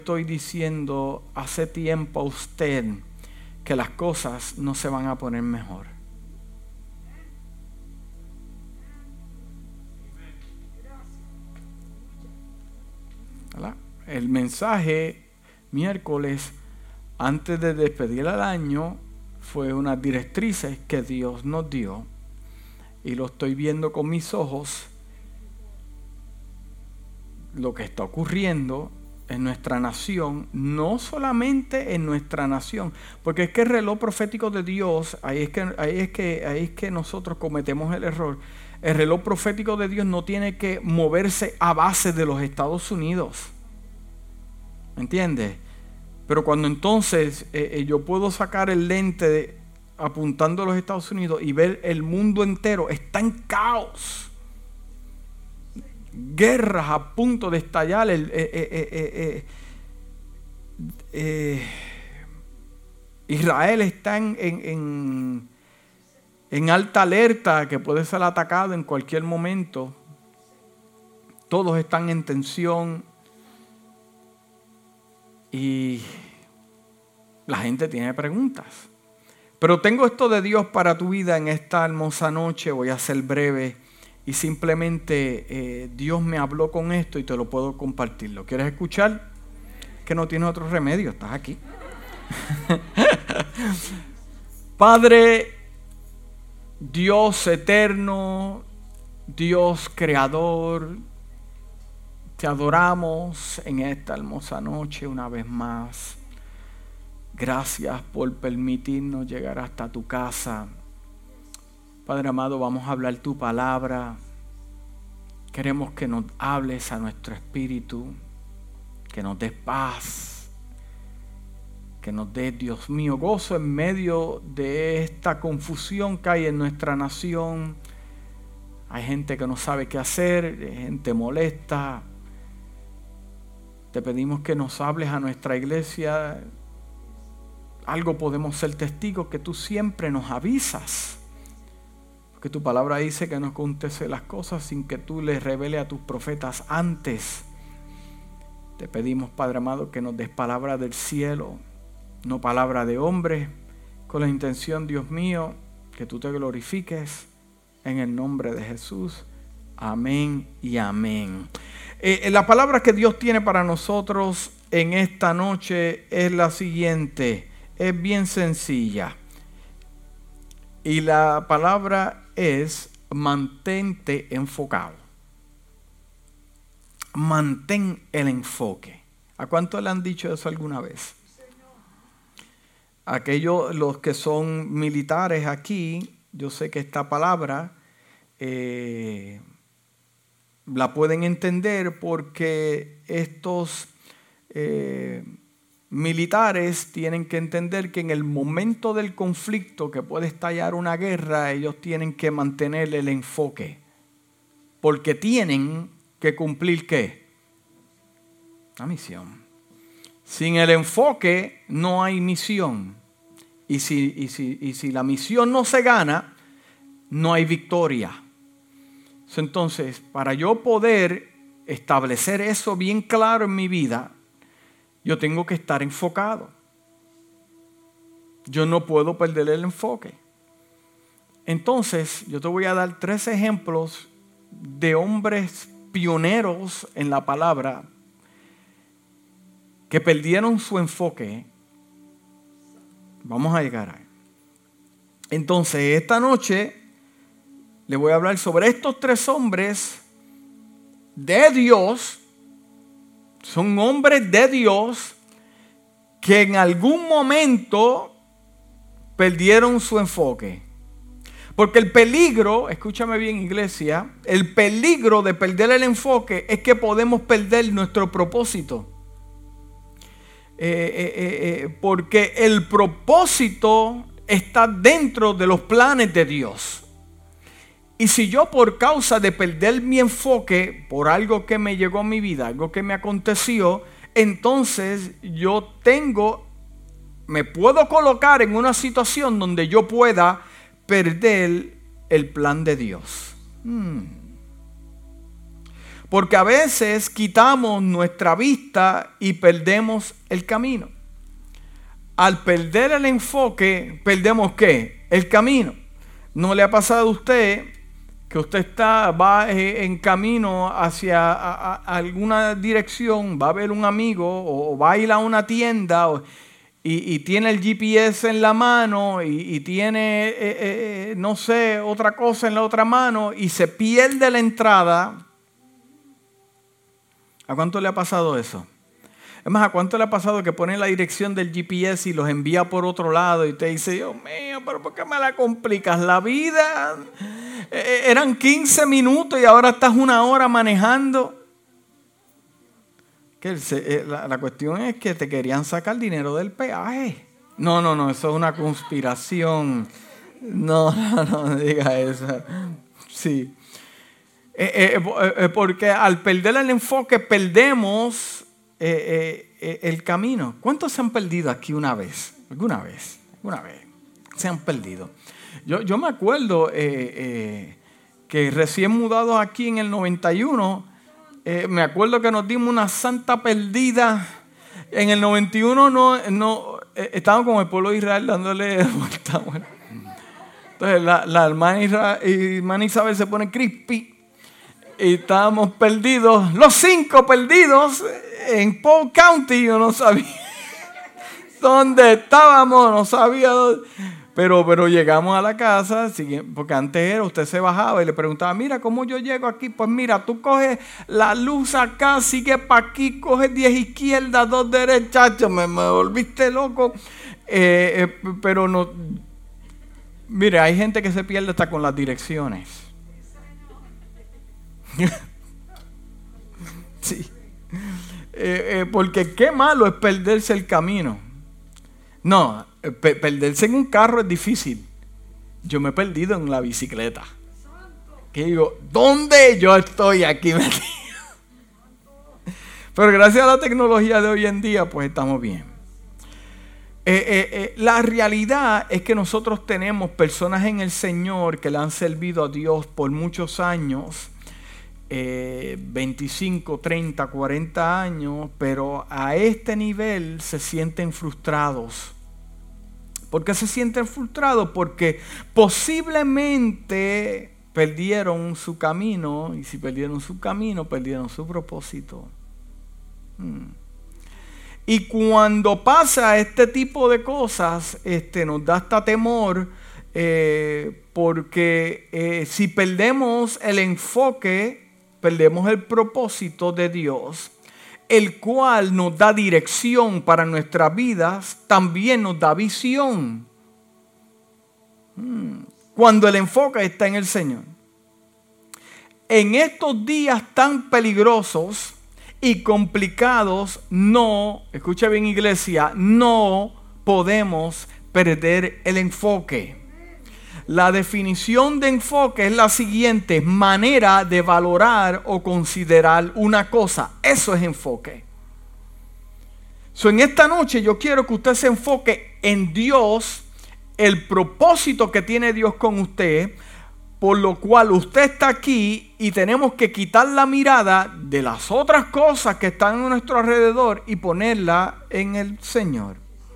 Estoy diciendo hace tiempo a usted que las cosas no se van a poner mejor. ¿Verdad? El mensaje miércoles antes de despedir al año fue unas directrices que Dios nos dio y lo estoy viendo con mis ojos, lo que está ocurriendo en nuestra nación, no solamente en nuestra nación, porque es que el reloj profético de Dios, ahí es que nosotros cometemos el error. El reloj profético de Dios no tiene que moverse a base de los Estados Unidos, ¿me entiendes? Pero cuando entonces yo puedo sacar el lente apuntando a los Estados Unidos y ver el mundo entero está en caos, guerras a punto de estallar, Israel está en alta alerta que puede ser atacado en cualquier momento, todos están en tensión y la gente tiene preguntas. Pero tengo esto de Dios para tu vida en esta hermosa noche. Voy a ser breve y simplemente Dios me habló con esto y te lo puedo compartir. ¿Lo quieres escuchar? Que no tienes otro remedio, estás aquí. Padre, Dios eterno, Dios creador, te adoramos en esta hermosa noche una vez más. Gracias por permitirnos llegar hasta tu casa. Padre amado, vamos a hablar tu palabra. Queremos que nos hables a nuestro espíritu, que nos des paz, que nos des, Dios mío, gozo en medio de esta confusión que hay en nuestra nación. Hay gente que no sabe qué hacer, gente molesta. Te pedimos que nos hables a nuestra iglesia. Algo podemos ser testigos, que tú siempre nos avisas. Porque tu palabra dice que no acontece las cosas sin que tú les reveles a tus profetas antes. Te pedimos, Padre amado, que nos des palabra del cielo, no palabra de hombre, con la intención, Dios mío, que tú te glorifiques en el nombre de Jesús. Amén y amén. La palabra que Dios tiene para nosotros en esta noche es la siguiente. Es bien sencilla. Y la palabra es mantente enfocado. Mantén el enfoque. ¿A cuánto le han dicho eso alguna vez? Aquellos, los que son militares aquí, yo sé que esta palabra la pueden entender porque estos militares tienen que entender que en el momento del conflicto que puede estallar una guerra, ellos tienen que mantener el enfoque. Porque tienen que cumplir ¿qué? La misión. Sin el enfoque no hay misión. Y si la misión no se gana, no hay victoria. Entonces, para yo poder establecer eso bien claro en mi vida, yo tengo que estar enfocado. Yo no puedo perder el enfoque. Entonces, yo te voy a dar 3 ejemplos de hombres pioneros en la palabra que perdieron su enfoque. Vamos a llegar ahí. Entonces, esta noche le voy a hablar sobre estos 3 hombres de Dios. Son hombres de Dios que en algún momento perdieron su enfoque. Porque el peligro, escúchame bien iglesia, el peligro de perder el enfoque es que podemos perder nuestro propósito. Porque el propósito está dentro de los planes de Dios. Y si yo por causa de perder mi enfoque, por algo que me llegó a mi vida, algo que me aconteció, entonces yo me puedo colocar en una situación donde yo pueda perder el plan de Dios. Porque a veces quitamos nuestra vista y perdemos el camino. Al perder el enfoque, ¿perdemos qué? El camino. ¿No le ha pasado a usted que usted va en camino hacia alguna dirección, va a ver un amigo o va a ir a una tienda y tiene el GPS en la mano y tiene, no sé, otra cosa en la otra mano y se pierde la entrada? ¿A cuánto le ha pasado eso? Es más, ¿a cuánto le ha pasado que pone la dirección del GPS y los envía por otro lado y te dice, Dios mío, pero ¿por qué me la complicas la vida? Eran 15 minutos y ahora estás 1 hora manejando. La cuestión es que te querían sacar dinero del peaje. No, eso es una conspiración. No diga eso. Sí. Porque al perder el enfoque perdemos el camino. ¿Cuántos se han perdido aquí una vez? ¿Alguna vez? Se han perdido. Yo me acuerdo que recién mudados aquí en el 91, me acuerdo que nos dimos una santa perdida. En el 91 estábamos con el pueblo de Israel dándole vuelta. Bueno. Entonces la hermana Isabel se pone crispy y estábamos perdidos, los 5 perdidos en Polk County. Yo no sabía dónde estábamos, no sabía dónde. Pero llegamos a la casa, porque antes usted se bajaba y le preguntaba, mira, ¿cómo yo llego aquí? Pues mira, tú coges la luz acá, sigue para aquí, coges 10 izquierdas, 2 derechas. Me volviste loco. Pero no. Mire, hay gente que se pierde hasta con las direcciones. Sí. Porque qué malo es perderse el camino. No, perderse en un carro es difícil. Yo me he perdido en la bicicleta. Que digo, ¿dónde yo estoy aquí metido? Pero gracias a la tecnología de hoy en día, pues estamos bien. La realidad es que nosotros tenemos personas en el Señor que le han servido a Dios por muchos años. 25, 30, 40 años, pero a este nivel se sienten frustrados. ¿Por qué se sienten frustrados? Porque posiblemente perdieron su camino, y si perdieron su camino, perdieron su propósito. Y cuando pasa este tipo de cosas, nos da hasta temor, porque si perdemos el enfoque, perdemos el propósito de Dios, el cual nos da dirección para nuestras vidas, también nos da visión. Cuando el enfoque está en el Señor. En estos días tan peligrosos y complicados, escucha bien iglesia, no podemos perder el enfoque. La definición de enfoque es la siguiente: manera de valorar o considerar una cosa. Eso es enfoque. En esta noche yo quiero que usted se enfoque en Dios, el propósito que tiene Dios con usted, por lo cual usted está aquí, y tenemos que quitar la mirada de las otras cosas que están a nuestro alrededor y ponerla en el Señor.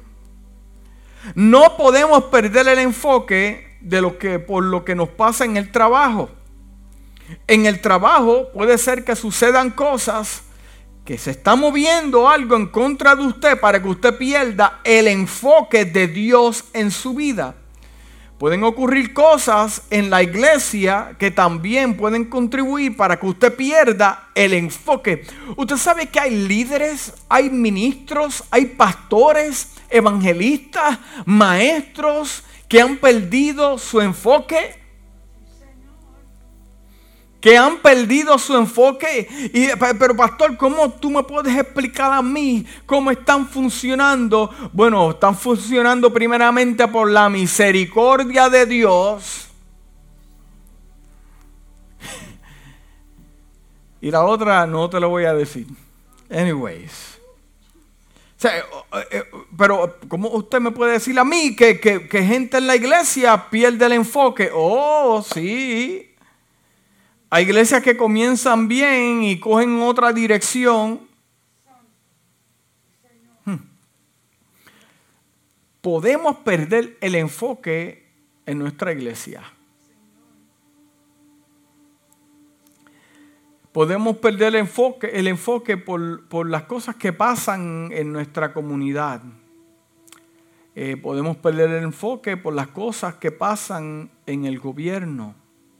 No podemos perder el enfoque por lo que nos pasa en el trabajo. En el trabajo puede ser que sucedan cosas, que se está moviendo algo en contra de usted para que usted pierda el enfoque de Dios en su vida. Pueden ocurrir cosas en la iglesia que también pueden contribuir para que usted pierda el enfoque. Usted sabe que hay líderes, hay ministros, hay pastores, evangelistas, maestros que han perdido su enfoque. Pero pastor, ¿cómo tú me puedes explicar a mí cómo están funcionando? Bueno, están funcionando primeramente por la misericordia de Dios. Y la otra no te lo voy a decir. Anyways. O sea, pero ¿cómo usted me puede decir a mí que gente en la iglesia pierde el enfoque? Oh, sí. Hay iglesias que comienzan bien y cogen otra dirección. Podemos perder el enfoque en nuestra iglesia. Podemos perder el enfoque por las cosas que pasan en nuestra comunidad. Podemos perder el enfoque por las cosas que pasan en el gobierno.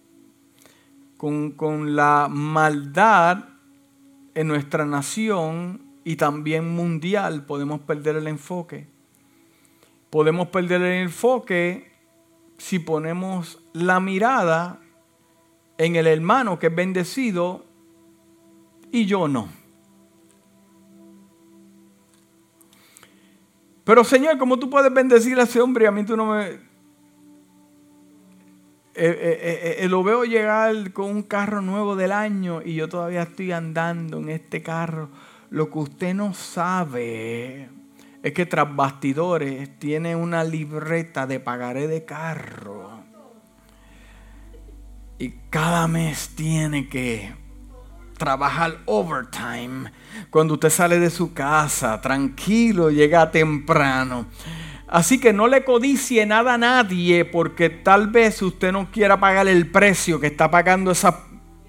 Con la maldad en nuestra nación y también mundial podemos perder el enfoque. Podemos perder el enfoque si ponemos la mirada en el hermano que es bendecido y yo no. Pero Señor, ¿cómo tú puedes bendecir a ese hombre y a mí tú no me... lo veo llegar con un carro nuevo del año y yo todavía estoy andando en este carro. Lo que usted no sabe es que tras bastidores tiene una libreta de pagaré de carro. Y cada mes tiene que trabajar overtime. Cuando usted sale de su casa, tranquilo, llega temprano. Así que no le codicie nada a nadie porque tal vez usted no quiera pagar el precio que está pagando esa...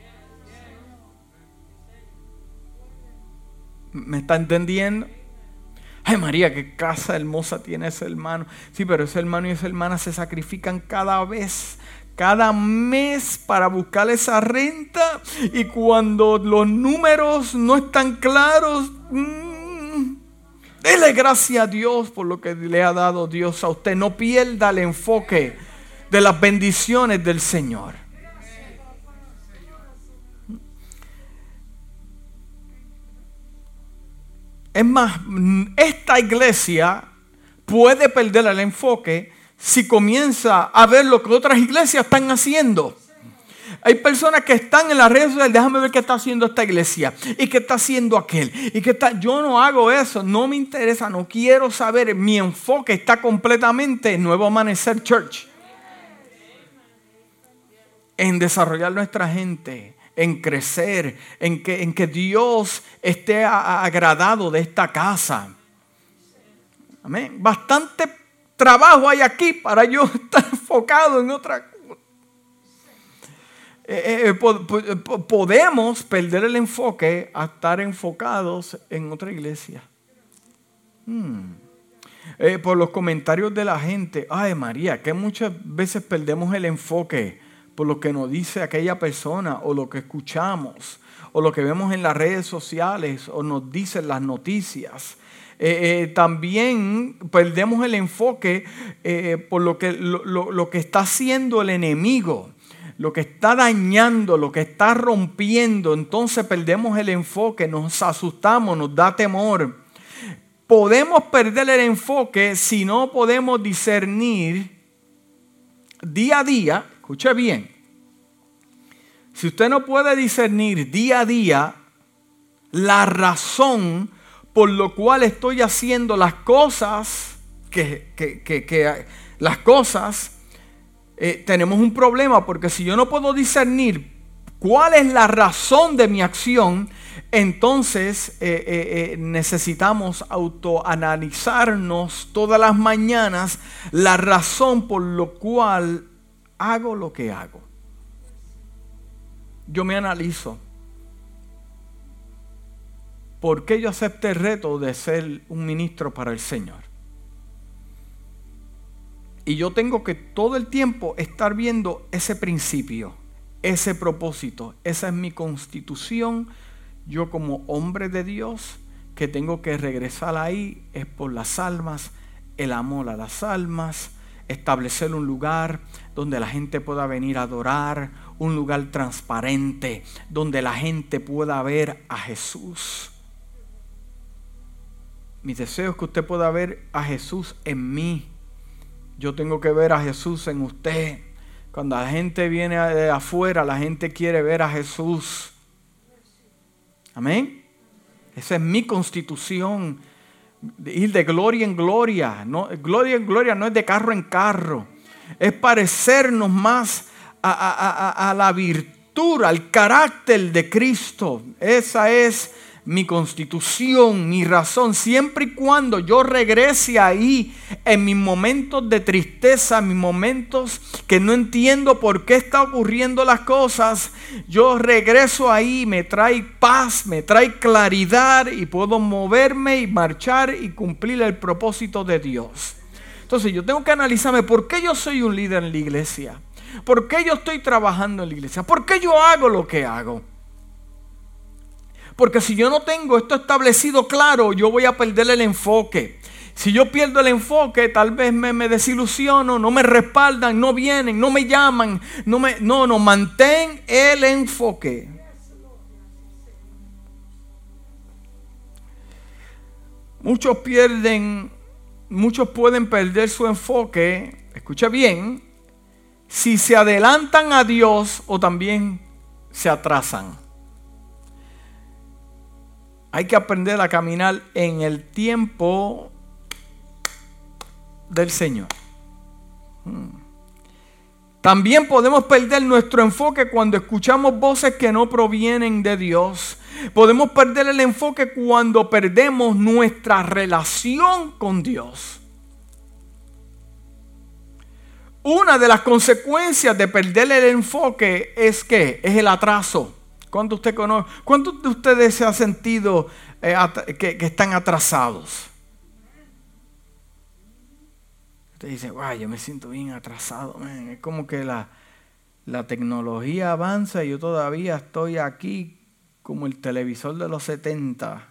¿Me está entendiendo? Ay, María, qué casa hermosa tiene ese hermano. Sí, pero ese hermano y esa hermana se sacrifican cada mes para buscar esa renta. Y cuando los números no están claros, dele gracias a Dios por lo que le ha dado Dios a usted. No pierda el enfoque de las bendiciones del Señor. Es más, esta iglesia puede perder el enfoque si comienza a ver lo que otras iglesias están haciendo. Hay personas que están en las redes sociales, déjame ver qué está haciendo esta iglesia y qué está haciendo aquel. Yo no hago eso, no me interesa, no quiero saber. Mi enfoque está completamente en Nuevo Amanecer Church. En desarrollar nuestra gente, en crecer, en que Dios esté agradado de esta casa. Amén. Bastante trabajo hay aquí para yo estar enfocado en otra cosa. Podemos perder el enfoque a estar enfocados en otra iglesia. Por los comentarios de la gente, ay María, que muchas veces perdemos el enfoque por lo que nos dice aquella persona o lo que escuchamos o lo que vemos en las redes sociales o nos dicen las noticias. También perdemos el enfoque por lo que está haciendo el enemigo, lo que está dañando, lo que está rompiendo. Entonces perdemos el enfoque, nos asustamos, nos da temor. Podemos perder el enfoque si no podemos discernir día a día. Escuche bien. Si usted no puede discernir día a día la razón por lo cual estoy haciendo las cosas, tenemos un problema, porque si yo no puedo discernir cuál es la razón de mi acción, entonces necesitamos autoanalizarnos todas las mañanas la razón por lo cual hago lo que hago. Yo me analizo. ¿Por qué yo acepté el reto de ser un ministro para el Señor? Y yo tengo que todo el tiempo estar viendo ese principio, ese propósito. Esa es mi constitución. Yo como hombre de Dios, que tengo que regresar ahí, es por las almas, el amor a las almas, establecer un lugar donde la gente pueda venir a adorar, un lugar transparente, donde la gente pueda ver a Jesús. Mi deseo es que usted pueda ver a Jesús en mí. Yo tengo que ver a Jesús en usted. Cuando la gente viene de afuera, la gente quiere ver a Jesús. Amén. Esa es mi constitución. Ir de gloria en gloria. No, gloria en gloria no es de carro en carro. Es parecernos más a la virtud estructura, el carácter de Cristo. Esa es mi constitución, mi razón. Siempre y cuando yo regrese ahí en mis momentos de tristeza, mis momentos que no entiendo por qué está ocurriendo las cosas, yo regreso ahí, me trae paz, me trae claridad y puedo moverme y marchar y cumplir el propósito de Dios. Entonces yo tengo que analizarme por qué yo soy un líder en la iglesia, por qué yo estoy trabajando en la iglesia, por qué yo hago lo que hago. Porque si yo no tengo esto establecido claro, yo voy a perder el enfoque. Si yo pierdo el enfoque, tal vez me desilusiono, no me respaldan, no vienen, no me llaman. No, mantén el enfoque. Muchos pueden perder su enfoque, escucha bien, si se adelantan a Dios o también se atrasan. Hay que aprender a caminar en el tiempo del Señor. También podemos perder nuestro enfoque cuando escuchamos voces que no provienen de Dios. Podemos perder el enfoque cuando perdemos nuestra relación con Dios. Una de las consecuencias de perder el enfoque es que es el atraso. ¿Cuántos de ustedes se han sentido que están atrasados? Usted dice, wow, yo me siento bien atrasado, man. Es como que la tecnología avanza y yo todavía estoy aquí como el televisor de los 70.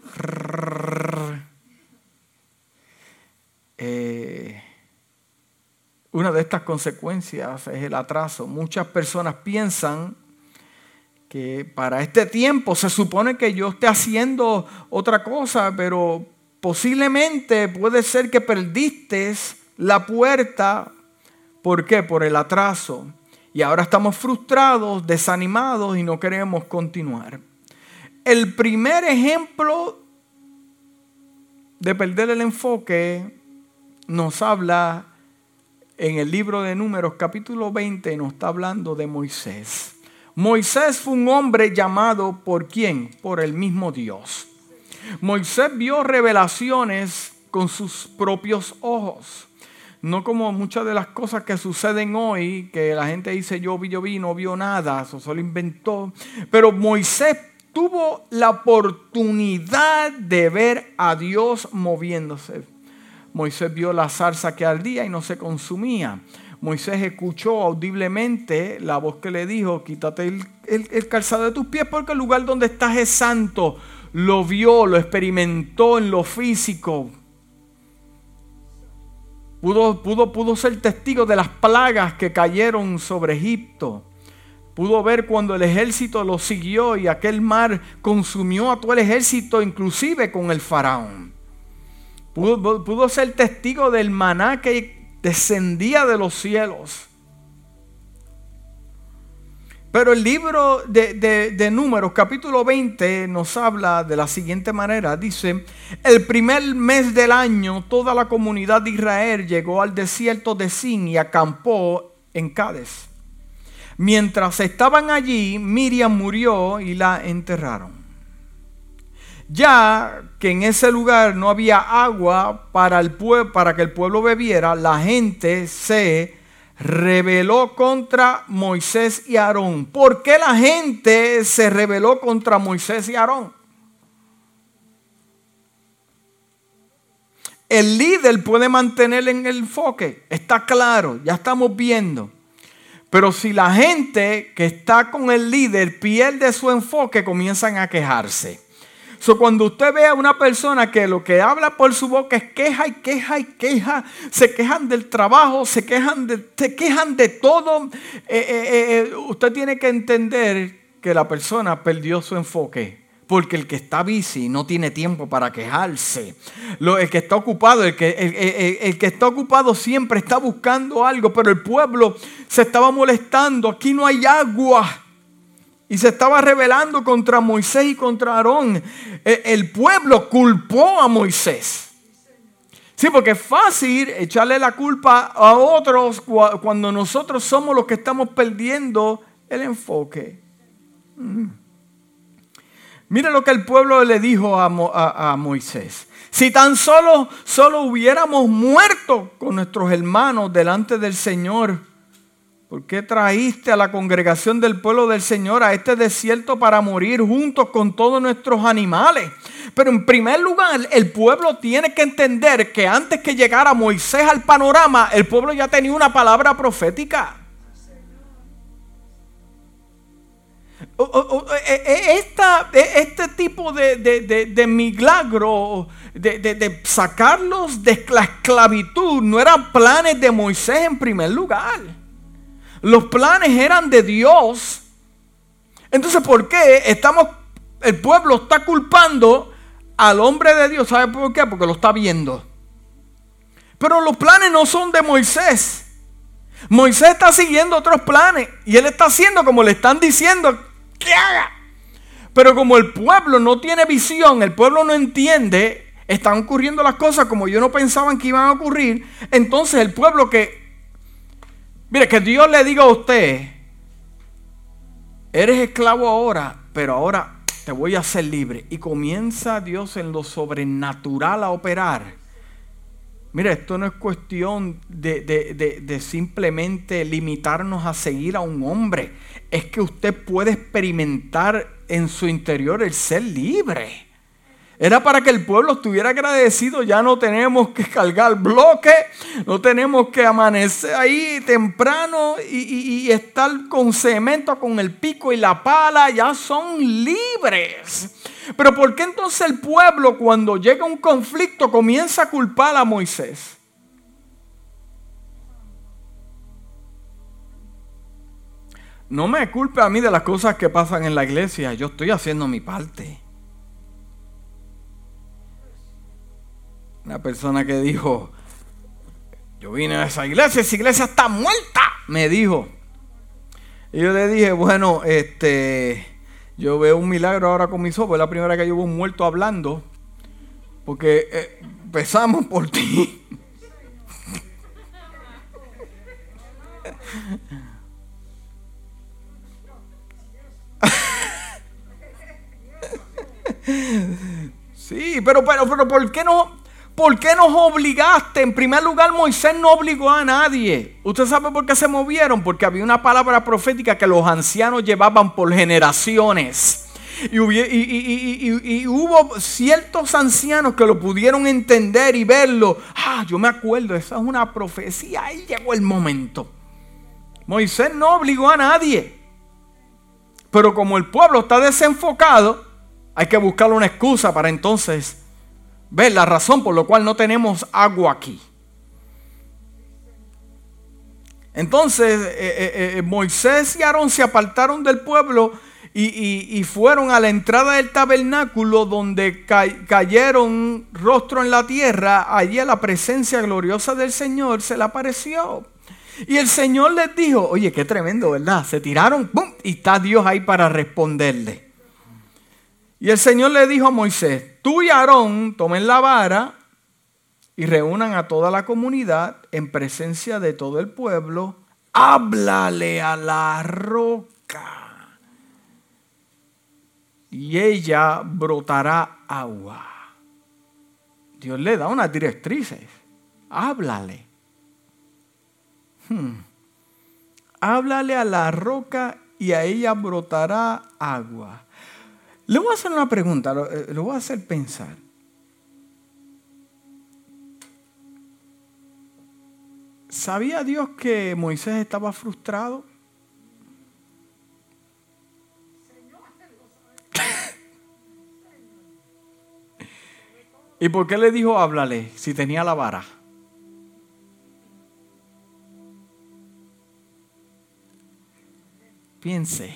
Una de estas consecuencias es el atraso. Muchas personas piensan que para este tiempo se supone que yo esté haciendo otra cosa, pero posiblemente puede ser que perdiste la puerta. ¿Por qué? Por el atraso. Y ahora estamos frustrados, desanimados y no queremos continuar. El primer ejemplo de perder el enfoque nos habla en el libro de Números, capítulo 20, nos está hablando de Moisés. Moisés fue un hombre llamado ¿por quién? Por el mismo Dios. Moisés vio revelaciones con sus propios ojos. No como muchas de las cosas que suceden hoy, que la gente dice yo vi, no vio nada, eso solo inventó. Pero Moisés tuvo la oportunidad de ver a Dios moviéndose. Moisés vio la zarza que ardía y no se consumía. Moisés escuchó audiblemente la voz que le dijo, quítate el calzado de tus pies porque el lugar donde estás es santo. Lo vio, lo experimentó en lo físico. Pudo ser testigo de las plagas que cayeron sobre Egipto. Pudo ver cuando el ejército lo siguió y aquel mar consumió a todo el ejército, inclusive con el faraón. Pudo ser testigo del maná que descendía de los cielos. Pero el libro de Números, capítulo 20, nos habla de la siguiente manera. Dice, el primer mes del año, toda la comunidad de Israel llegó al desierto de Sin y acampó en Cades. Mientras estaban allí, Miriam murió y la enterraron. Ya que en ese lugar no había agua para que el pueblo bebiera, la gente se rebeló contra Moisés y Aarón. ¿Por qué la gente se rebeló contra Moisés y Aarón? El líder puede mantener en el enfoque, está claro, ya estamos viendo. Pero si la gente que está con el líder pierde su enfoque, comienzan a quejarse. Cuando usted ve a una persona que lo que habla por su boca es queja y queja y queja, se quejan del trabajo, se quejan de todo, usted tiene que entender que la persona perdió su enfoque. Porque el que está busy no tiene tiempo para quejarse. El que está ocupado, el que está ocupado siempre está buscando algo, pero el pueblo se estaba molestando. Aquí no hay agua. Y se estaba rebelando contra Moisés y contra Aarón. El pueblo culpó a Moisés. Sí, porque es fácil echarle la culpa a otros cuando nosotros somos los que estamos perdiendo el enfoque. Mire lo que el pueblo le dijo a Moisés. Si tan solo hubiéramos muerto con nuestros hermanos delante del Señor, ¿por qué trajiste a la congregación del pueblo del Señor a este desierto para morir juntos con todos nuestros animales? Pero en primer lugar, el pueblo tiene que entender que antes que llegara Moisés al panorama, el pueblo ya tenía una palabra profética. Este tipo de milagro, de sacarlos de la esclavitud, no eran planes de Moisés en primer lugar. Los planes eran de Dios. Entonces, ¿por qué el pueblo está culpando al hombre de Dios? ¿Sabe por qué? Porque lo está viendo. Pero los planes no son de Moisés. Moisés está siguiendo otros planes y él está haciendo como le están diciendo que haga. Pero como el pueblo no tiene visión, el pueblo no entiende, están ocurriendo las cosas como ellos no pensaban que iban a ocurrir. Entonces el pueblo mire, que Dios le diga a usted, eres esclavo ahora, pero ahora te voy a hacer libre. Y comienza Dios en lo sobrenatural a operar. Mira, esto no es cuestión de simplemente limitarnos a seguir a un hombre. Es que usted puede experimentar en su interior el ser libre. Era para que el pueblo estuviera agradecido. Ya no tenemos que cargar bloques, no tenemos que amanecer ahí temprano y estar con cemento, con el pico y la pala. Ya son libres. Pero ¿por qué entonces el pueblo, cuando llega un conflicto, comienza a culpar a Moisés? No me culpe a mí de las cosas que pasan en la iglesia. Yo estoy haciendo mi parte. Una persona que dijo, yo vine a esa iglesia está muerta, me dijo. Y yo le dije, bueno, yo veo un milagro ahora con mis ojos. Es la primera vez que yo veo un muerto hablando. Porque empezamos por ti. Sí, pero ¿por qué nos obligaste? En primer lugar, Moisés no obligó a nadie. ¿Usted sabe por qué se movieron? Porque había una palabra profética que los ancianos llevaban por generaciones. Y hubo ciertos ancianos que lo pudieron entender y verlo. Yo me acuerdo, esa es una profecía. Ahí llegó el momento. Moisés no obligó a nadie. Pero como el pueblo está desenfocado, hay que buscar una excusa para entonces ver la razón por la cual no tenemos agua aquí. Entonces Moisés y Aarón se apartaron del pueblo y fueron a la entrada del tabernáculo, donde cayeron rostro en la tierra. Allí a la presencia gloriosa del Señor se le apareció. Y el Señor les dijo, oye, qué tremendo, ¿verdad? Se tiraron, ¡pum! Y está Dios ahí para responderle. Y el Señor le dijo a Moisés, tú y Aarón tomen la vara y reúnan a toda la comunidad en presencia de todo el pueblo. Háblale a la roca y ella brotará agua. Dios le da unas directrices. Háblale. Háblale a la roca y a ella brotará agua. Le voy a hacer una pregunta, lo voy a hacer pensar. ¿Sabía Dios que Moisés estaba frustrado? ¿Y por qué le dijo háblale si tenía la vara? Piense.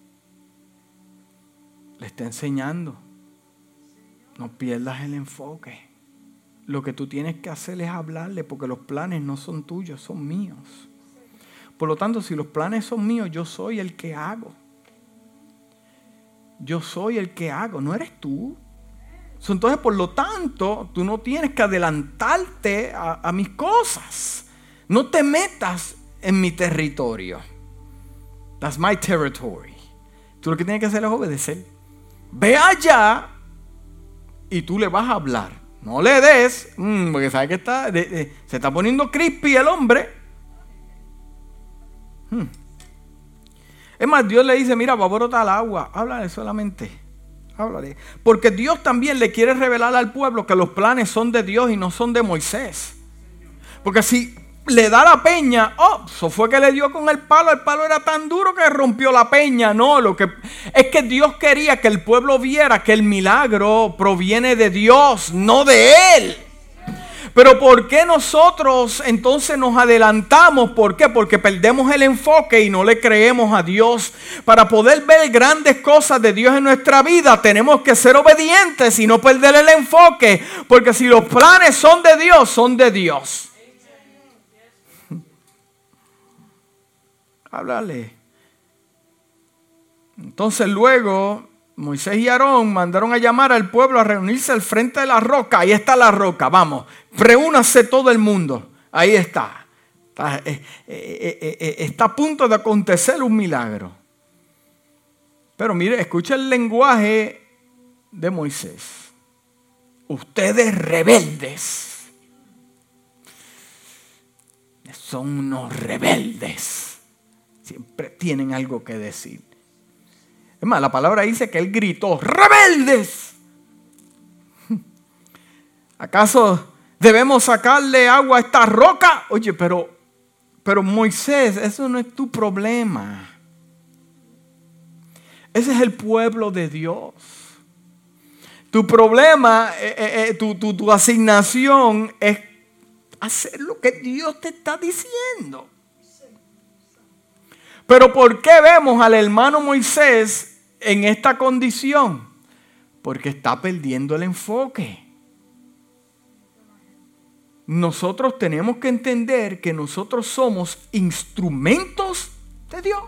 Le está enseñando. No pierdas el enfoque. Lo que tú tienes que hacer es hablarle, porque los planes no son tuyos, son míos. Por lo tanto, si los planes son míos, yo soy el que hago. Yo soy el que hago, no eres tú. Entonces, por lo tanto, tú no tienes que adelantarte a mis cosas. No te metas en mi territorio. That's my territory. Tú lo que tienes que hacer es obedecer. Ve allá y tú le vas a hablar. No le des, porque sabes que se está poniendo crispy el hombre. Es más, Dios le dice, mira, va a brotar el agua. Háblale solamente. Háblale. Porque Dios también le quiere revelar al pueblo que los planes son de Dios y no son de Moisés. Porque si le da la peña, eso fue que le dio con el palo era tan duro que rompió la peña. No, lo que es que Dios quería que el pueblo viera que el milagro proviene de Dios, no de él. Pero ¿por qué nosotros entonces nos adelantamos? ¿Por qué? Porque perdemos el enfoque y no le creemos a Dios. Para poder ver grandes cosas de Dios en nuestra vida, tenemos que ser obedientes y no perder el enfoque. Porque si los planes son de Dios, son de Dios. Háblale. Entonces luego Moisés y Aarón mandaron a llamar al pueblo a reunirse al frente de la roca. Ahí está la roca, vamos, reúnase todo el mundo. Ahí está. Está a punto de acontecer un milagro. Pero mire, escucha el lenguaje de Moisés. Ustedes rebeldes. Son unos rebeldes. Siempre tienen algo que decir. Es más, la palabra dice que él gritó, ¡rebeldes! ¿Acaso debemos sacarle agua a esta roca? Oye, pero Moisés, eso no es tu problema. Ese es el pueblo de Dios. Tu problema, tu asignación es hacer lo que Dios te está diciendo. Pero ¿por qué vemos al hermano Moisés en esta condición? Porque está perdiendo el enfoque. Nosotros tenemos que entender que nosotros somos instrumentos de Dios.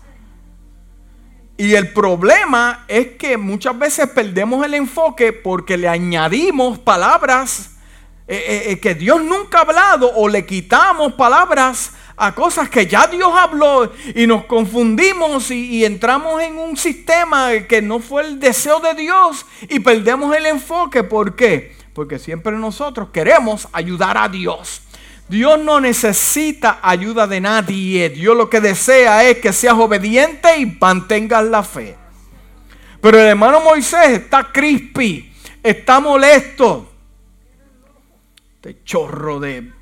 Y el problema es que muchas veces perdemos el enfoque porque le añadimos palabras que Dios nunca ha hablado o le quitamos palabras a cosas que ya Dios habló y nos confundimos y entramos en un sistema que no fue el deseo de Dios y perdemos el enfoque. ¿Por qué? Porque siempre nosotros queremos ayudar a Dios. Dios no necesita ayuda de nadie. Dios lo que desea es que seas obediente y mantengas la fe. Pero el hermano Moisés está crispy, está molesto. Este chorro de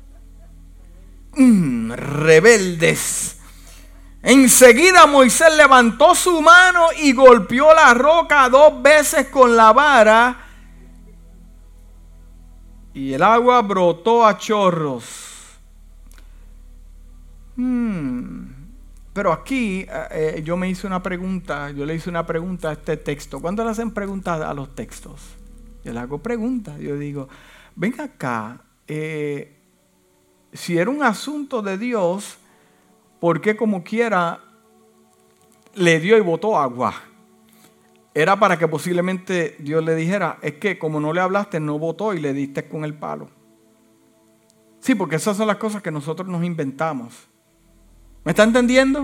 rebeldes. Enseguida Moisés levantó su mano y golpeó la roca 2 veces con la vara y el agua brotó a chorros. Pero aquí yo le hice una pregunta a este texto. ¿Cuándo le hacen preguntas a los textos? Yo le hago preguntas. Yo digo, ven acá, si era un asunto de Dios, ¿por qué como quiera le dio y botó agua? Era para que posiblemente Dios le dijera, es que como no le hablaste, no botó y le diste con el palo. Sí, porque esas son las cosas que nosotros nos inventamos. ¿Me está entendiendo?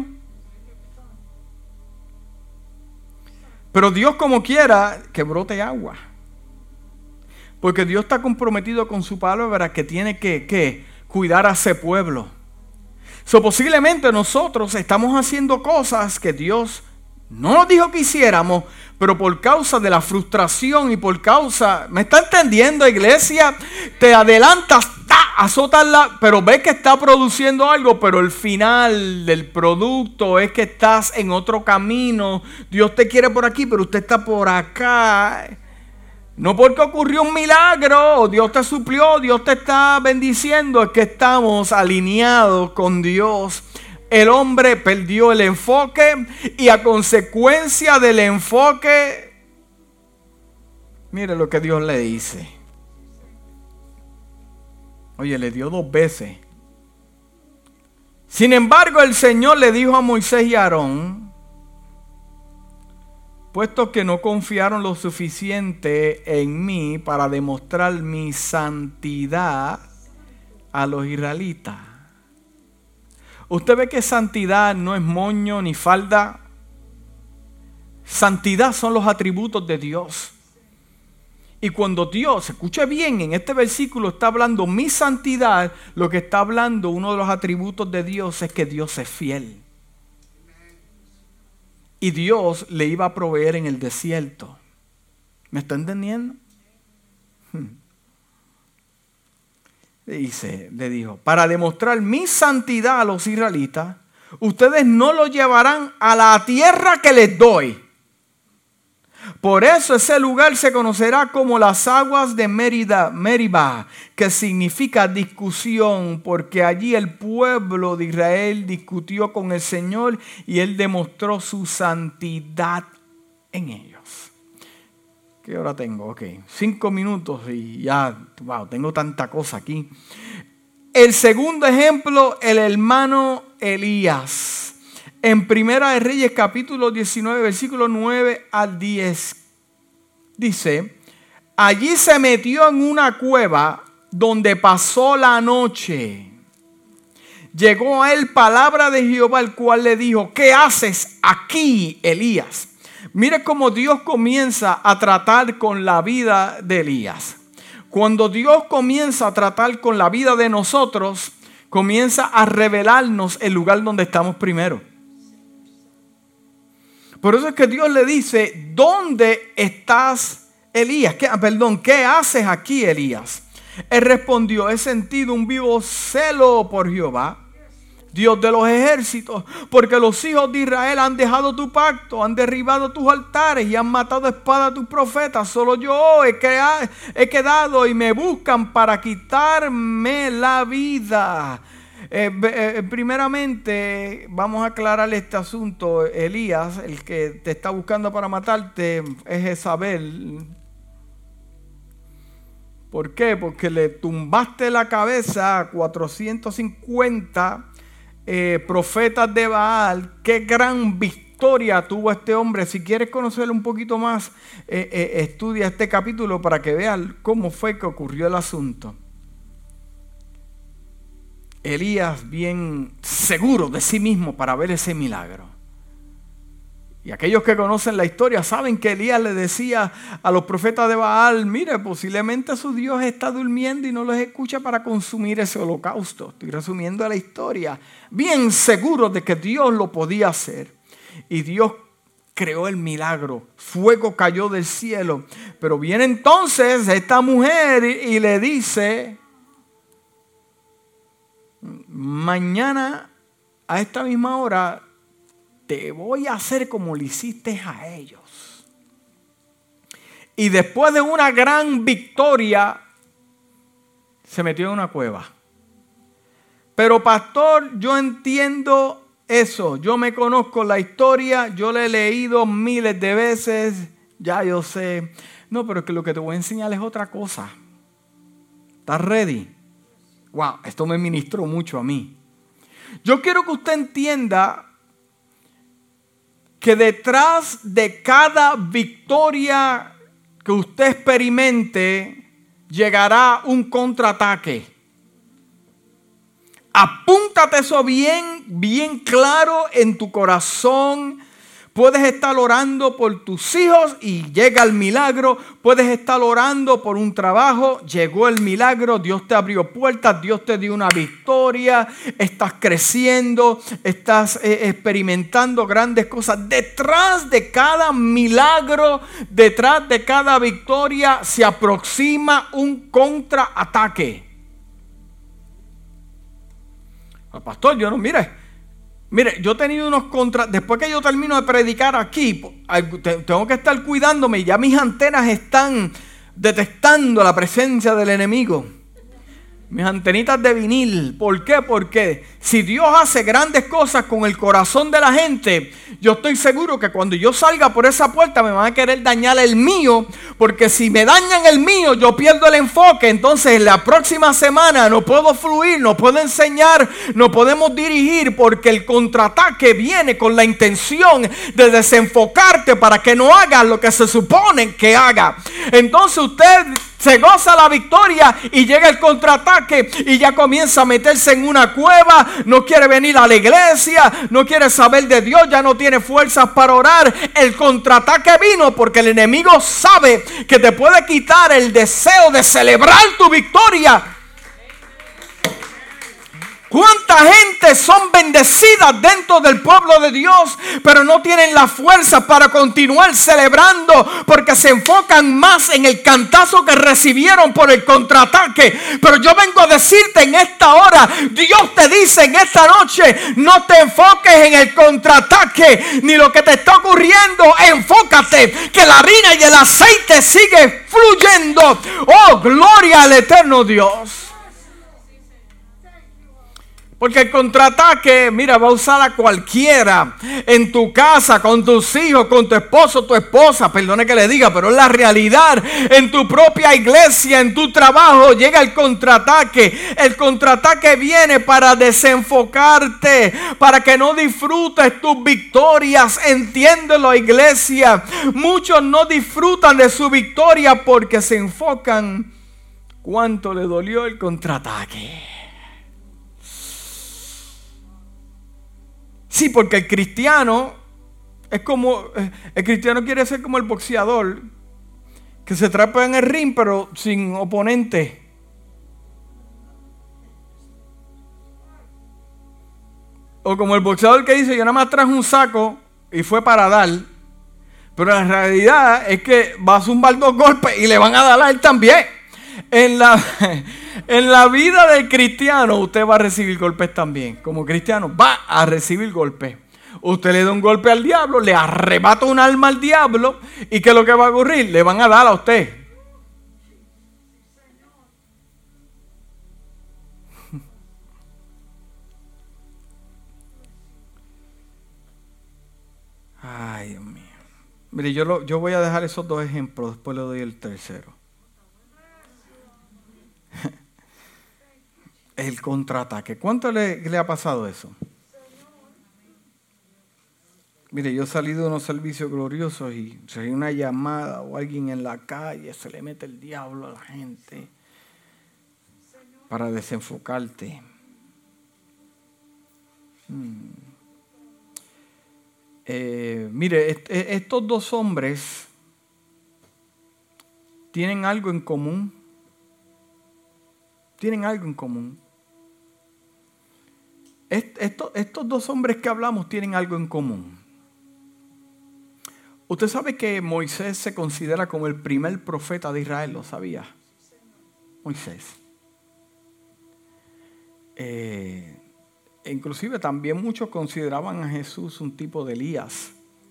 Pero Dios como quiera que brote agua. Porque Dios está comprometido con su palabra que tiene que cuidar a ese pueblo. Posiblemente nosotros estamos haciendo cosas que Dios no nos dijo que hiciéramos, pero por causa de la frustración y por causa, ¿me está entendiendo, iglesia? Te adelantas, azotas pero ves que está produciendo algo, pero el final del producto es que estás en otro camino. Dios te quiere por aquí, pero usted está por acá. No porque ocurrió un milagro, o Dios te suplió, Dios te está bendiciendo, es que estamos alineados con Dios. El hombre perdió el enfoque y a consecuencia del enfoque, mire lo que Dios le dice. Oye, le dio 2 veces. Sin embargo, el Señor le dijo a Moisés y a Aarón, puesto que no confiaron lo suficiente en mí para demostrar mi santidad a los israelitas. Usted ve que santidad no es moño ni falda. Santidad son los atributos de Dios. Y cuando Dios, escuche bien, en este versículo está hablando mi santidad, lo que está hablando, uno de los atributos de Dios es que Dios es fiel. Y Dios le iba a proveer en el desierto. ¿Me está entendiendo? Le dijo, para demostrar mi santidad a los israelitas, ustedes no lo llevarán a la tierra que les doy. Por eso ese lugar se conocerá como las aguas de Meribá, que significa discusión, porque allí el pueblo de Israel discutió con el Señor y Él demostró su santidad en ellos. ¿Qué hora tengo? Ok, 5 minutos y ya, wow, tengo tanta cosa aquí. El segundo ejemplo, el hermano Elías. En Primera de Reyes capítulo 19, versículo 9 al 10, dice, allí se metió en una cueva donde pasó la noche. Llegó a él palabra de Jehová, el cual le dijo, ¿qué haces aquí, Elías? Mire cómo Dios comienza a tratar con la vida de Elías. Cuando Dios comienza a tratar con la vida de nosotros, comienza a revelarnos el lugar donde estamos primero. Por eso es que Dios le dice, ¿dónde estás, Elías? ¿Qué haces aquí, Elías? Él respondió, he sentido un vivo celo por Jehová, Dios de los ejércitos, porque los hijos de Israel han dejado tu pacto, han derribado tus altares y han matado a espada a tus profetas. Solo yo he quedado y me buscan para quitarme la vida. Primeramente vamos a aclarar este asunto. Elías, el que te está buscando para matarte, es Jezabel. ¿Por qué? Porque le tumbaste la cabeza a 450 profetas de Baal. Qué gran victoria tuvo este hombre. Si quieres conocerlo un poquito más, estudia este capítulo para que veas cómo fue que ocurrió el asunto. Elías bien seguro de sí mismo para ver ese milagro. Y aquellos que conocen la historia saben que Elías le decía a los profetas de Baal, mire, posiblemente su Dios está durmiendo y no los escucha para consumir ese holocausto. Estoy resumiendo la historia. Bien seguro de que Dios lo podía hacer. Y Dios creó el milagro. Fuego cayó del cielo. Pero viene entonces esta mujer y le dice, mañana a esta misma hora te voy a hacer como le hiciste a ellos. Y después de una gran victoria se metió en una cueva. Pero pastor, yo entiendo eso, yo me conozco la historia, yo la he leído miles de veces, ya yo sé. No, pero es que lo que te voy a enseñar es otra cosa. ¿Estás ready? Wow, esto me ministró mucho a mí. Yo quiero que usted entienda que detrás de cada victoria que usted experimente llegará un contraataque. Apúntate eso bien claro en tu corazón. Puedes estar orando por tus hijos y llega el milagro. Puedes estar orando por un trabajo, llegó el milagro. Dios te abrió puertas, Dios te dio una victoria. Estás creciendo, estás experimentando grandes cosas. Detrás de cada milagro, detrás de cada victoria se aproxima un contraataque. Pastor, yo no, Mire, yo he tenido unos después que yo termino de predicar aquí, tengo que estar cuidándome y ya mis antenas están detectando la presencia del enemigo. Mis antenitas de vinil. ¿Por qué? Porque si Dios hace grandes cosas con el corazón de la gente, yo estoy seguro que cuando yo salga por esa puerta me van a querer dañar el mío, porque si me dañan el mío, yo pierdo el enfoque. Entonces la próxima semana no puedo fluir, no puedo enseñar, no podemos dirigir, porque el contraataque viene con la intención de desenfocarte para que no hagas lo que se supone que haga. Entonces usted Se goza la victoria y llega el contraataque y ya comienza a meterse en una cueva. No quiere venir a la iglesia, no quiere saber de Dios, ya no tiene fuerzas para orar. El contraataque vino porque el enemigo sabe que te puede quitar el deseo de celebrar tu victoria. ¿Cuánta gente son bendecidas dentro del pueblo de Dios, pero no tienen la fuerza para continuar celebrando porque se enfocan más en el cantazo que recibieron por el contraataque? Pero yo vengo a decirte en esta hora, Dios te dice en esta noche, no te enfoques en el contraataque ni lo que te está ocurriendo, enfócate que la harina y el aceite sigue fluyendo. Oh, gloria al eterno Dios. Porque el contraataque, mira, va a usar a cualquiera en tu casa, con tus hijos, con tu esposo, tu esposa, perdone que le diga, pero es la realidad. En tu propia iglesia, en tu trabajo, llega el contraataque. El contraataque viene para desenfocarte, para que no disfrutes tus victorias. Entiéndelo, iglesia. Muchos no disfrutan de su victoria porque se enfocan cuánto le dolió el contraataque. Sí, porque el cristiano es como, el cristiano quiere ser como el boxeador que se trapa en el ring pero sin oponente. O como el boxeador que dice, yo nada más traje un saco y fue para dar. Pero la realidad es que va a zumbar 2 golpes y le van a dar a él también. En la vida del cristiano usted va a recibir golpes también. Como cristiano va a recibir golpes. Usted le da un golpe al diablo, le arrebata un alma al diablo. ¿Y qué es lo que va a ocurrir? Le van a dar a usted. Ay, Dios mío. Mire, yo voy a dejar esos 2 ejemplos, después le doy el tercero. El contraataque. ¿Cuánto le ha pasado eso? Mire, yo he salido de unos servicios gloriosos y si hay una llamada o alguien en la calle, se le mete el diablo a la gente para desenfocarte. Mire, estos 2 hombres tienen algo en común. Tienen algo en común. Estos 2 hombres que hablamos tienen algo en común. Usted sabe que Moisés se considera como el primer profeta de Israel, ¿lo sabía? Moisés. Inclusive también muchos consideraban a Jesús un tipo de Elías.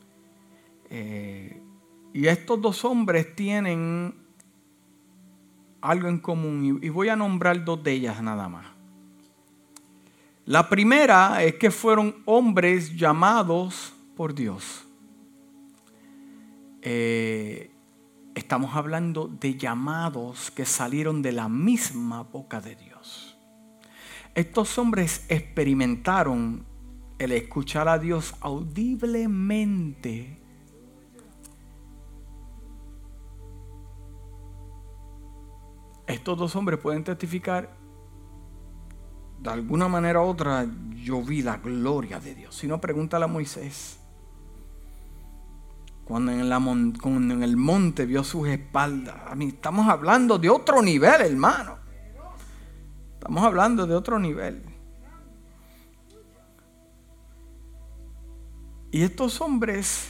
Y estos 2 hombres tienen algo en común y voy a nombrar 2 de ellas nada más. La primera es que fueron hombres llamados por Dios. Estamos hablando de llamados que salieron de la misma boca de Dios. Estos hombres experimentaron el escuchar a Dios audiblemente. Estos 2 hombres pueden testificar, de alguna manera u otra, yo vi la gloria de Dios. Si no, pregúntale a Moisés. Cuando en el monte vio sus espaldas. Estamos hablando de otro nivel, hermano. Estamos hablando de otro nivel. Y estos hombres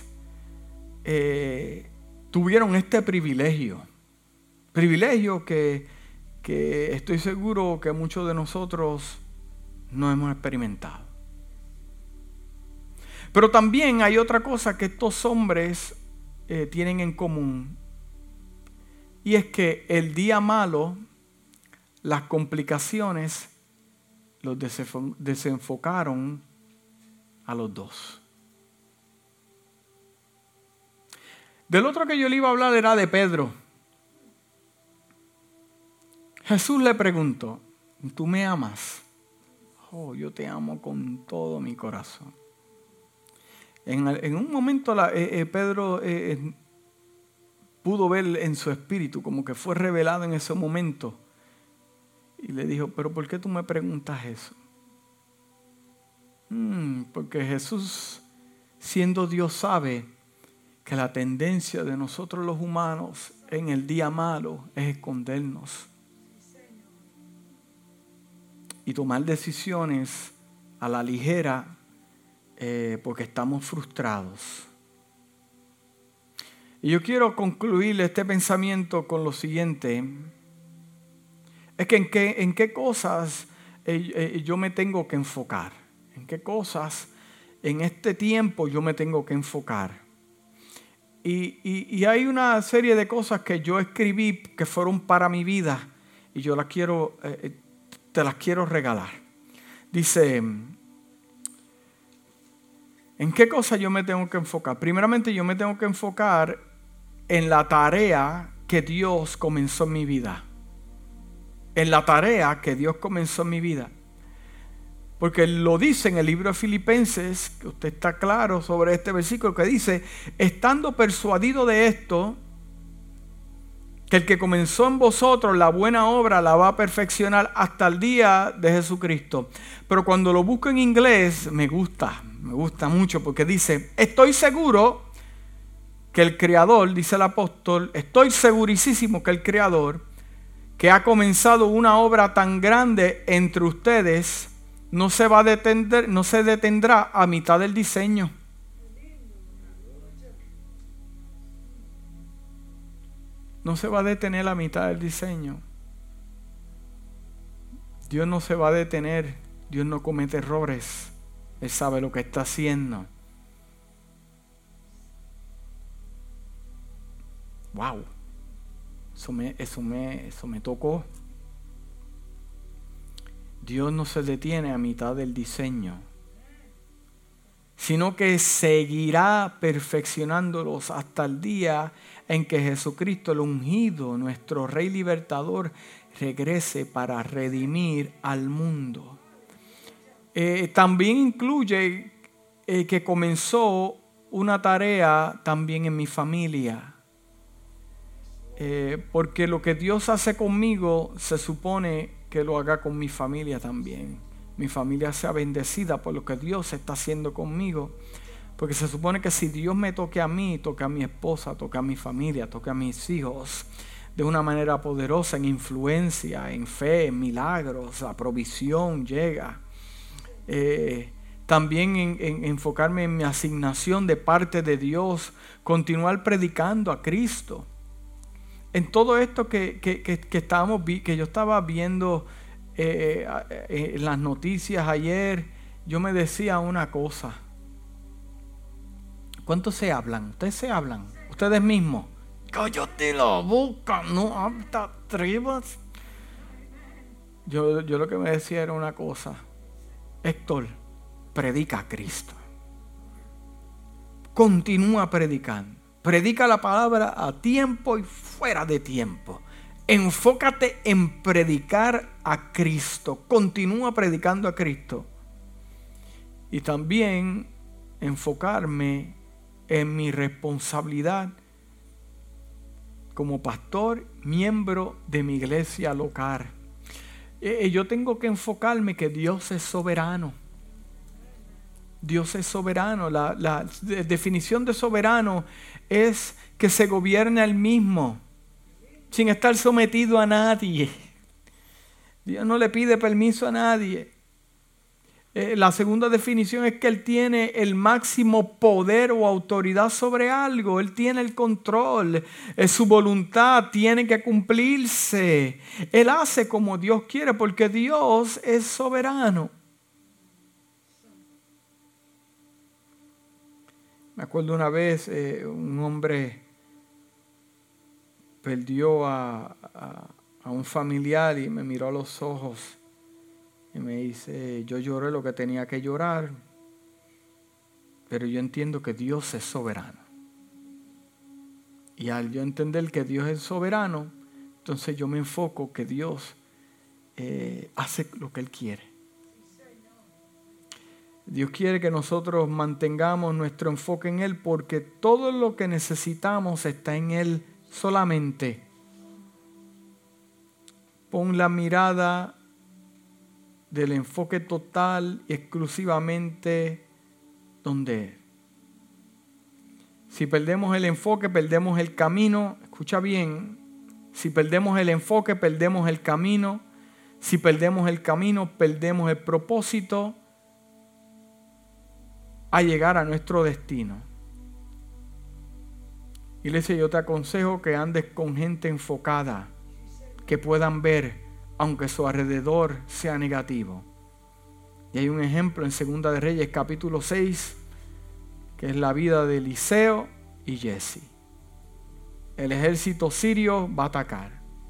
tuvieron este privilegio. Privilegio que estoy seguro que muchos de nosotros no hemos experimentado. Pero también hay otra cosa que estos hombres tienen en común. Y es que el día malo, las complicaciones, los desenfocaron a los 2. Del otro que yo le iba a hablar era de Pedro. Jesús le preguntó, ¿tú me amas? Oh, yo te amo con todo mi corazón. En un momento Pedro pudo ver en su espíritu, como que fue revelado en ese momento. Y le dijo, pero ¿por qué tú me preguntas eso? Porque Jesús, siendo Dios, sabe que la tendencia de nosotros los humanos en el día malo es escondernos y tomar decisiones a la ligera porque estamos frustrados. Y yo quiero concluir este pensamiento con lo siguiente. Es que en qué cosas yo me tengo que enfocar. En qué cosas en este tiempo yo me tengo que enfocar. Y hay una serie de cosas que yo escribí que fueron para mi vida. Y yo te las quiero regalar. Dice, ¿en qué cosas yo me tengo que enfocar? Primeramente yo me tengo que enfocar en la tarea que Dios comenzó en mi vida. En la tarea que Dios comenzó en mi vida. Porque lo dice en el libro de Filipenses, que usted está claro sobre este versículo, que dice, estando persuadido de esto, que el que comenzó en vosotros la buena obra la va a perfeccionar hasta el día de Jesucristo. Pero cuando lo busco en inglés, me gusta mucho, porque dice, estoy seguro que el Creador, dice el apóstol, estoy segurísimo que el Creador, que ha comenzado una obra tan grande entre ustedes, no se detendrá a mitad del diseño. No se va a detener a mitad del diseño. Dios no se va a detener. Dios no comete errores. Él sabe lo que está haciendo. Wow. Eso me tocó. Dios no se detiene a mitad del diseño, sino que seguirá perfeccionándolos hasta el día en que Jesucristo, el ungido, nuestro Rey Libertador, regrese para redimir al mundo. También incluye que comenzó una tarea también en mi familia. Porque lo que Dios hace conmigo se supone que lo haga con mi familia también. Mi familia sea bendecida por lo que Dios está haciendo conmigo. Porque se supone que si Dios me toque a mí, toque a mi esposa, toque a mi familia, toque a mis hijos, de una manera poderosa, en influencia, en fe, en milagros, la provisión llega. También en enfocarme en mi asignación de parte de Dios, continuar predicando a Cristo. En todo esto que yo estaba viendo en las noticias ayer, yo me decía una cosa. ¿Cuántos se hablan? ¿Ustedes se hablan? ¿Ustedes mismos? ¡Cállate la boca! ¡No te atrevas! Yo lo que me decía era una cosa. Héctor, predica a Cristo. Continúa predicando. Predica la palabra a tiempo y fuera de tiempo. Enfócate en predicar a Cristo. Continúa predicando a Cristo. Y también enfocarme en mi responsabilidad como pastor, miembro de mi iglesia local. Yo tengo que enfocarme que Dios es soberano. Dios es soberano. La definición de soberano es que se gobierne él mismo, sin estar sometido a nadie. Dios no le pide permiso a nadie. La segunda definición es que Él tiene el máximo poder o autoridad sobre algo. Él tiene el control. Su voluntad tiene que cumplirse. Él hace como Dios quiere porque Dios es soberano. Me acuerdo una vez un hombre perdió a un familiar y me miró a los ojos y me dice, yo lloré lo que tenía que llorar, pero yo entiendo que Dios es soberano. Y al yo entender que Dios es soberano, entonces yo me enfoco que Dios hace lo que Él quiere. Dios quiere que nosotros mantengamos nuestro enfoque en Él porque todo lo que necesitamos está en Él solamente. Pon la mirada del enfoque total y exclusivamente donde Él. Si perdemos el enfoque, perdemos el camino. Escucha bien. Si perdemos el enfoque, perdemos el camino. Si perdemos el camino, perdemos el propósito a llegar a nuestro destino. Iglesia, yo te aconsejo que andes con gente enfocada, que puedan ver, aunque su alrededor sea negativo. Y hay un ejemplo en Segunda de Reyes, capítulo 6, que es la vida de Eliseo y Jesse. El ejército sirio va a atacar.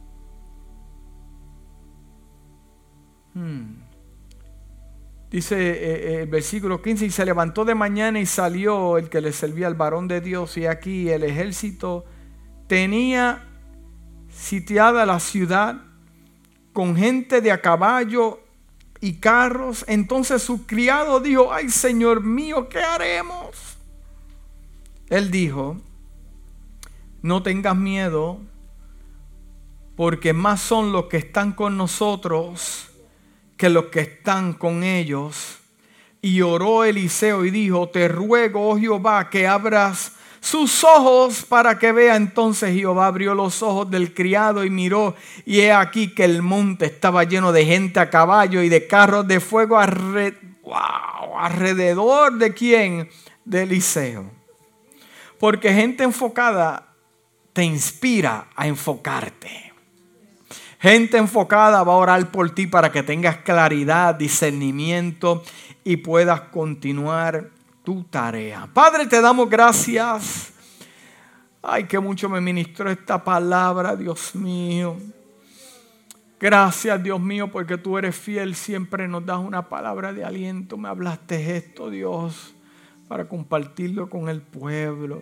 Dice el versículo 15, y se levantó de mañana y salió el que le servía al varón de Dios, y aquí el ejército tenía sitiada la ciudad con gente de a caballo y carros. Entonces su criado dijo: ay, Señor mío, ¿qué haremos? Él dijo: no tengas miedo, porque más son los que están con nosotros que los que están con ellos. Y oró Eliseo y dijo: te ruego, oh Jehová, que abras sus ojos para que vea. Entonces Jehová abrió los ojos del criado y miró, y he aquí que el monte estaba lleno de gente a caballo y de carros de fuego alrededor de ¿quién? De Eliseo. Porque gente enfocada te inspira a enfocarte. Gente enfocada va a orar por ti para que tengas claridad, discernimiento y puedas continuar tu tarea. Padre, te damos gracias. Ay, que mucho me ministró esta palabra, Dios mío. Gracias, Dios mío, porque tú eres fiel. Siempre nos das una palabra de aliento. Me hablaste esto, Dios, para compartirlo con el pueblo.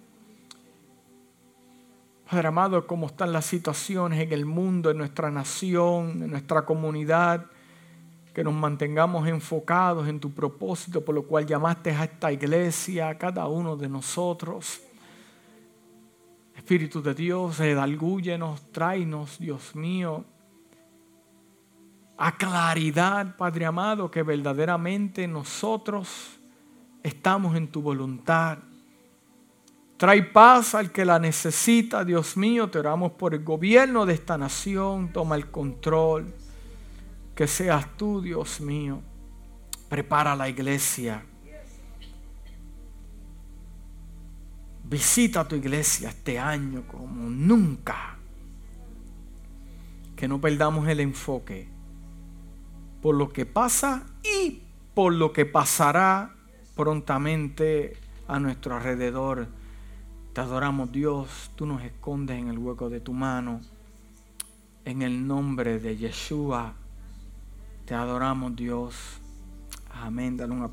Padre amado, cómo están las situaciones en el mundo, en nuestra nación, en nuestra comunidad, que nos mantengamos enfocados en tu propósito por lo cual llamaste a esta iglesia, a cada uno de nosotros. Espíritu de Dios, redalgúyenos, tráenos, Dios mío, a claridad, Padre amado, que verdaderamente nosotros estamos en tu voluntad. Trae paz al que la necesita, Dios mío. Te oramos por el gobierno de esta nación. Toma el control. Que seas tú, Dios mío. Prepara la iglesia. Visita tu iglesia este año como nunca. Que no perdamos el enfoque por lo que pasa y por lo que pasará prontamente a nuestro alrededor. Te adoramos, Dios. Tú nos escondes en el hueco de tu mano. En el nombre de Yeshua, te adoramos, Dios. Amén. Dale un aplauso.